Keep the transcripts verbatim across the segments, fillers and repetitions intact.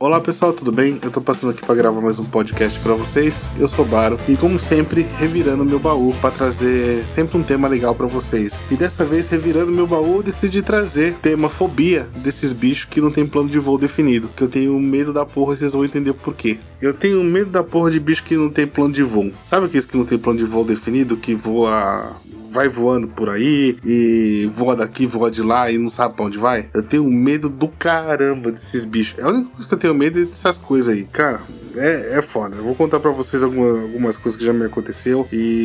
Olá pessoal, tudo bem? Eu tô passando aqui pra gravar mais um podcast pra vocês. Eu sou Baro e, como sempre, revirando meu baú pra trazer sempre um tema legal pra vocês. E dessa vez, revirando meu baú, eu decidi trazer tema fobia desses bichos que não tem plano de voo definido. Que eu tenho medo da porra e vocês vão entender por quê. Eu tenho medo da porra de bicho que não tem plano de voo. Sabe aqueles que não tem plano de voo definido, que voa... vai voando por aí e voa daqui, voa de lá e não sabe pra onde vai? Eu tenho medo do caramba desses bichos. É a única coisa que eu tenho medo é dessas coisas aí. Cara, é, é foda. Eu vou contar pra vocês alguma, algumas coisas que já me aconteceu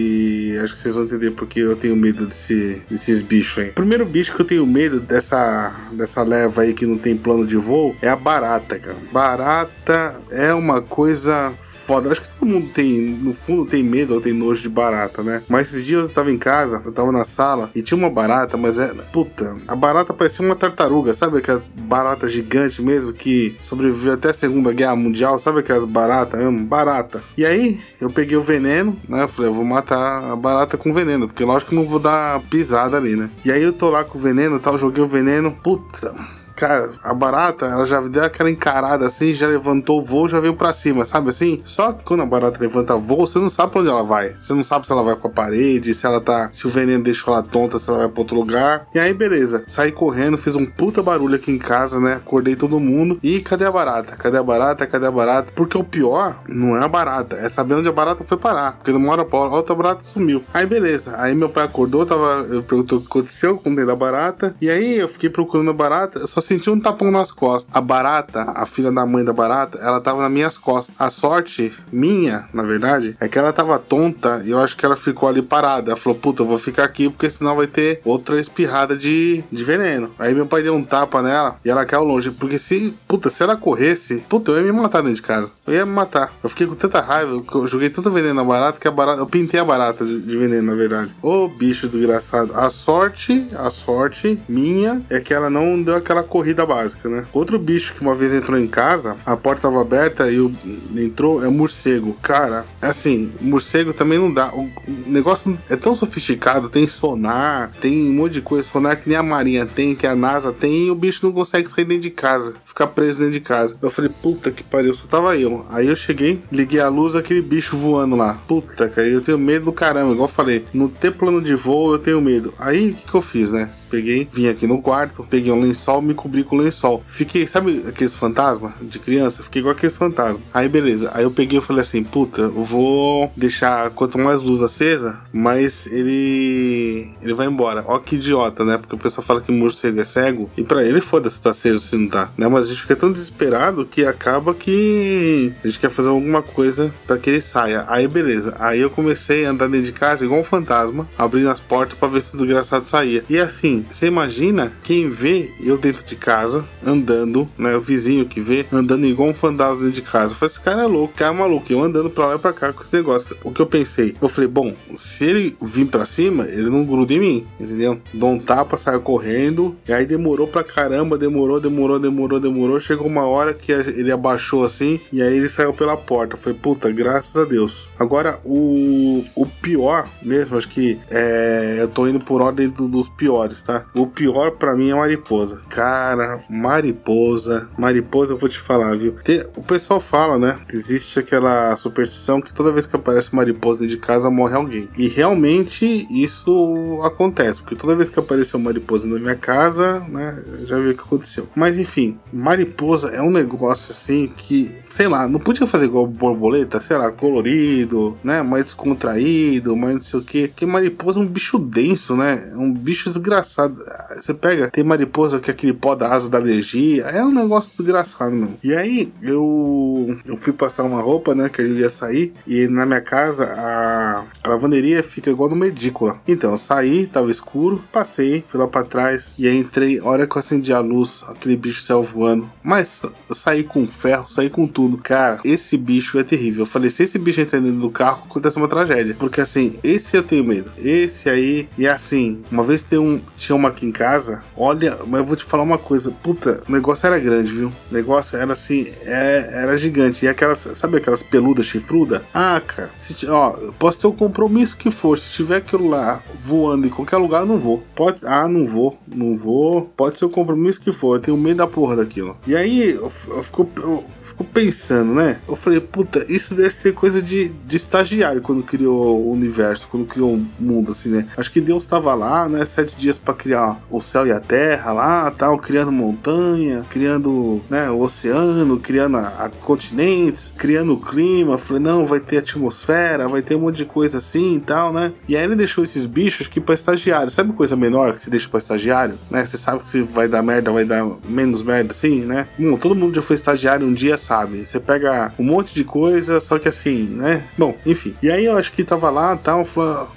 e acho que vocês vão entender porque eu tenho medo desse, desses bichos aí. O primeiro bicho que eu tenho medo dessa, dessa leva aí que não tem plano de voo é a barata, cara. Barata é uma coisa... foda, acho que todo mundo tem, no fundo tem medo ou tem nojo de barata, né? Mas esses dias eu tava em casa, eu tava na sala e tinha uma barata, mas é, puta, a barata parecia uma tartaruga, sabe aquela barata gigante mesmo que sobreviveu até a Segunda Guerra Mundial, sabe aquelas baratas mesmo? Barata. E aí eu peguei o veneno, né? Eu falei, eu vou matar a barata com veneno, porque lógico que eu não vou dar pisada ali, né? E aí eu tô lá com o veneno e tal, joguei o veneno, puta... Cara, a barata, ela já deu aquela encarada assim, já levantou o voo, já veio pra cima, sabe assim? Só que quando a barata levanta voo, você não sabe pra onde ela vai. Você não sabe se ela vai pra parede, se ela tá... se o veneno deixou ela tonta, se ela vai pra outro lugar. E aí, beleza. Saí correndo, fiz um puta barulho aqui em casa, né? Acordei todo mundo. E cadê a barata? Cadê a barata? Cadê a barata? Porque o pior não é a barata, é saber onde a barata foi parar. Porque numa hora pra outra a barata sumiu. Aí, beleza. Aí meu pai acordou, tava... eu perguntou o que aconteceu, contei da barata. E aí eu fiquei procurando a barata, eu só senti um tapão nas costas. A barata, a filha da mãe da barata, ela tava nas minhas costas. A sorte minha, na verdade, é que ela tava tonta e eu acho que ela ficou ali parada. Ela falou, puta, eu vou ficar aqui porque senão vai ter outra espirrada de, de veneno. Aí meu pai deu um tapa nela e ela caiu longe. Porque se, puta, se ela corresse, puta, eu ia me matar dentro de casa. Eu ia me matar. Eu fiquei com tanta raiva, eu joguei tanto veneno na barata que a barata, eu pintei a barata de, de veneno, na verdade. Ô, bicho desgraçado. A sorte, a sorte minha é que ela não deu aquela corrida básica, né? Outro bicho que uma vez entrou em casa, a porta tava aberta e o, entrou, é o morcego. Cara, assim, morcego também não dá. O, o negócio é tão sofisticado, tem sonar, tem um monte de coisa, sonar que nem a Marinha tem, que a NASA tem, e o bicho não consegue sair dentro de casa, ficar preso dentro de casa. Eu falei, puta que pariu, só tava eu. Aí eu cheguei, liguei a luz, aquele bicho voando lá. Puta, cara, eu tenho medo do caramba, igual eu falei, não ter plano de voo eu tenho medo. Aí, o que que eu fiz, né? Peguei, vim aqui no quarto, peguei um lençol, me cobri com o lençol. Fiquei, sabe aqueles fantasmas de criança? Fiquei igual aqueles fantasmas. Aí beleza, aí eu peguei e falei assim, puta, eu vou deixar quanto mais luz acesa, mais ele ele vai embora. Ó que idiota, né? Porque o pessoal fala que morcego é cego, e pra ele foda-se se tá aceso se não tá, né? Mas a gente fica tão desesperado que acaba que a gente quer fazer alguma coisa pra que ele saia. Aí beleza, aí eu comecei a andar dentro de casa igual um fantasma, abrindo as portas pra ver se o desgraçado saía. E assim, você imagina quem vê eu dentro de casa, andando, né? O vizinho que vê, andando igual um fantasma dentro de casa. Eu falei, esse cara é louco, cara é maluco. Eu andando pra lá e pra cá com esse negócio. O que eu pensei? Eu falei, bom, se ele vir pra cima, ele não gruda em mim, entendeu? Dou um tapa, saio correndo. E aí demorou pra caramba, demorou, demorou, demorou, demorou. Chegou uma hora que ele abaixou assim, e aí ele saiu pela porta. Eu falei, puta, graças a Deus. Agora, o, o pior mesmo, acho que é, eu tô indo por ordem do, dos piores, tá? O pior pra mim é mariposa. Cara, mariposa. Mariposa, eu vou te falar, viu? Tem, o pessoal fala, né? Existe aquela superstição que toda vez que aparece mariposa dentro de casa, morre alguém. E realmente isso acontece. Porque toda vez que apareceu mariposa na minha casa, né? Já vi o que aconteceu. Mas enfim, mariposa é um negócio assim que, sei lá, não podia fazer igual borboleta, sei lá, colorido, né? Mais descontraído, mais não sei o que. Porque mariposa é um bicho denso, né? É um bicho desgraçado. Você pega, tem mariposa que é aquele pó da asa da alergia, é um negócio desgraçado mesmo. E aí eu eu fui passar uma roupa, né, que eu ia sair, e na minha casa a, a lavanderia fica igual no Medícola. Então eu saí, tava escuro, passei, fui lá pra trás, e aí entrei, a hora que eu acendi a luz, aquele bicho saiu voando, mas eu saí com ferro, saí com tudo. Cara, esse bicho é terrível. Eu falei, se esse bicho entrar dentro do carro, acontece uma tragédia, porque assim, esse eu tenho medo, esse aí, e assim, uma vez tem um tinha uma aqui em casa, olha, mas eu vou te falar uma coisa, puta, o negócio era grande, viu? O negócio era assim, é, era gigante. E aquelas, sabe aquelas peludas chifrudas? Ah, cara, se, ó, posso ter o compromisso que for, se tiver aquilo lá voando em qualquer lugar, eu não vou. Pode, ah, não vou, não vou, pode ser o compromisso que for, eu tenho medo da porra daquilo. E aí, eu, eu, fico, eu fico pensando, né? Eu falei, puta, isso deve ser coisa de, de estagiário quando criou o universo, quando criou o mundo, assim, né? Acho que Deus tava lá, né? Sete dias pra criar o céu e a terra lá, tal, criando montanha, criando, né, o oceano, criando a, a continentes, criando o clima. Falei, não, vai ter atmosfera, vai ter um monte de coisa assim e tal, né? E aí ele deixou esses bichos aqui pra estagiário. Sabe coisa menor que você deixa pra estagiário? Né? Você sabe que se vai dar merda, vai dar menos merda, assim, né? Bom, todo mundo já foi estagiário um dia, sabe? Você pega um monte de coisa, só que assim, né? Bom, enfim. E aí eu acho que tava lá, tal, falou,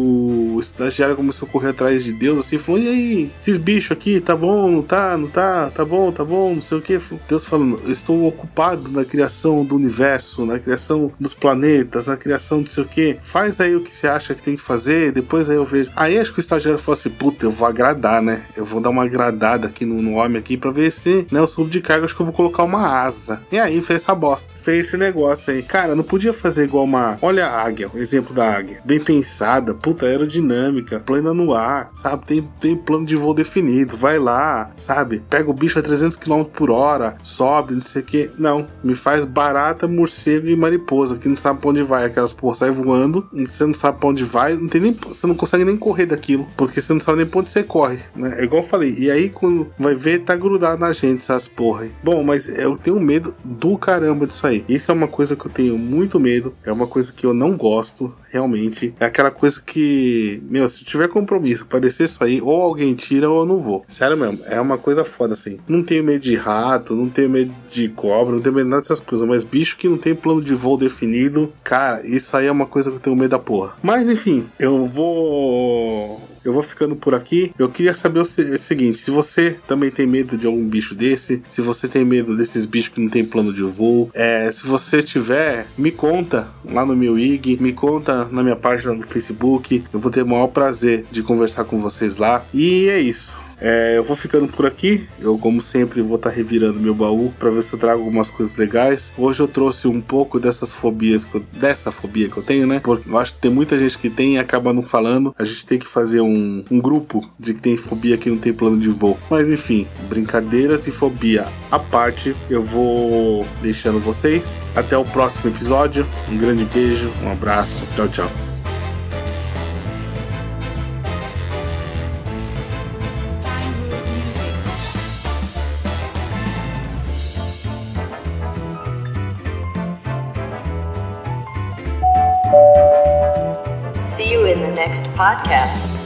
o estagiário começou a correr atrás de Deus, assim, falou, e aí, esses bichos aqui, tá bom, não tá, não tá, tá bom, tá bom, não sei o que. Deus falando, eu estou ocupado na criação do universo, na criação dos planetas, na criação não sei o que. Faz aí o que você acha que tem que fazer, depois aí eu vejo. Aí acho que o estagiário falou assim, puta, eu vou agradar, né? Eu vou dar uma agradada aqui no, no homem aqui pra ver se, né, eu subo de carga, acho que eu vou colocar uma asa. E aí fez essa bosta. Fez esse negócio aí. Cara, não podia fazer igual uma... Olha a águia, o exemplo da águia. Bem pensada, puta, aerodinâmica, plana no ar, sabe? Tem, tem plano de voo definido. Vai lá, sabe? Pega o bicho a trezentos quilômetros por hora, sobe, não sei o que. Não, me faz barata, morcego e mariposa, que não sabe pra onde vai. Aquelas porra saem voando, você não sabe pra onde vai, não tem nem, você não consegue nem correr daquilo, porque você não sabe nem pra onde você corre, né? É igual eu falei. E aí, quando vai ver, tá grudado na gente essas porra aí. Bom, mas eu tenho medo do caramba disso aí. Isso é uma coisa que eu tenho muito medo. É uma coisa que eu não gosto, realmente. É aquela coisa que, meu, se tiver compromisso pra descer isso aí, ou alguém tira ou eu não vou. Sério mesmo, é uma coisa foda assim. Não tenho medo de rato, não tenho medo de cobra, não tenho medo de nada dessas coisas. Mas bicho que não tem plano de voo definido, cara, isso aí é uma coisa que eu tenho medo da porra. Mas enfim, eu vou... Eu vou ficando por aqui. Eu queria saber o, se- o seguinte, se você também tem medo de algum bicho desse, se você tem medo desses bichos que não tem plano de voo, é, se você tiver, me conta lá no meu I G, me conta na minha página no Facebook. Eu vou ter o maior prazer de conversar com vocês lá. E é isso. É, eu vou ficando por aqui. Eu, como sempre, vou estar revirando meu baú para ver se eu trago algumas coisas legais. Hoje eu trouxe um pouco dessas fobias, que eu, dessa fobia que eu tenho, né? Porque eu acho que tem muita gente que tem e acaba não falando. A gente tem que fazer um, um grupo de que tem fobia que não tem plano de voo. Mas enfim, brincadeiras e fobia à parte, eu vou deixando vocês. Até o próximo episódio. Um grande beijo, um abraço. Tchau, tchau. See you in the next podcast.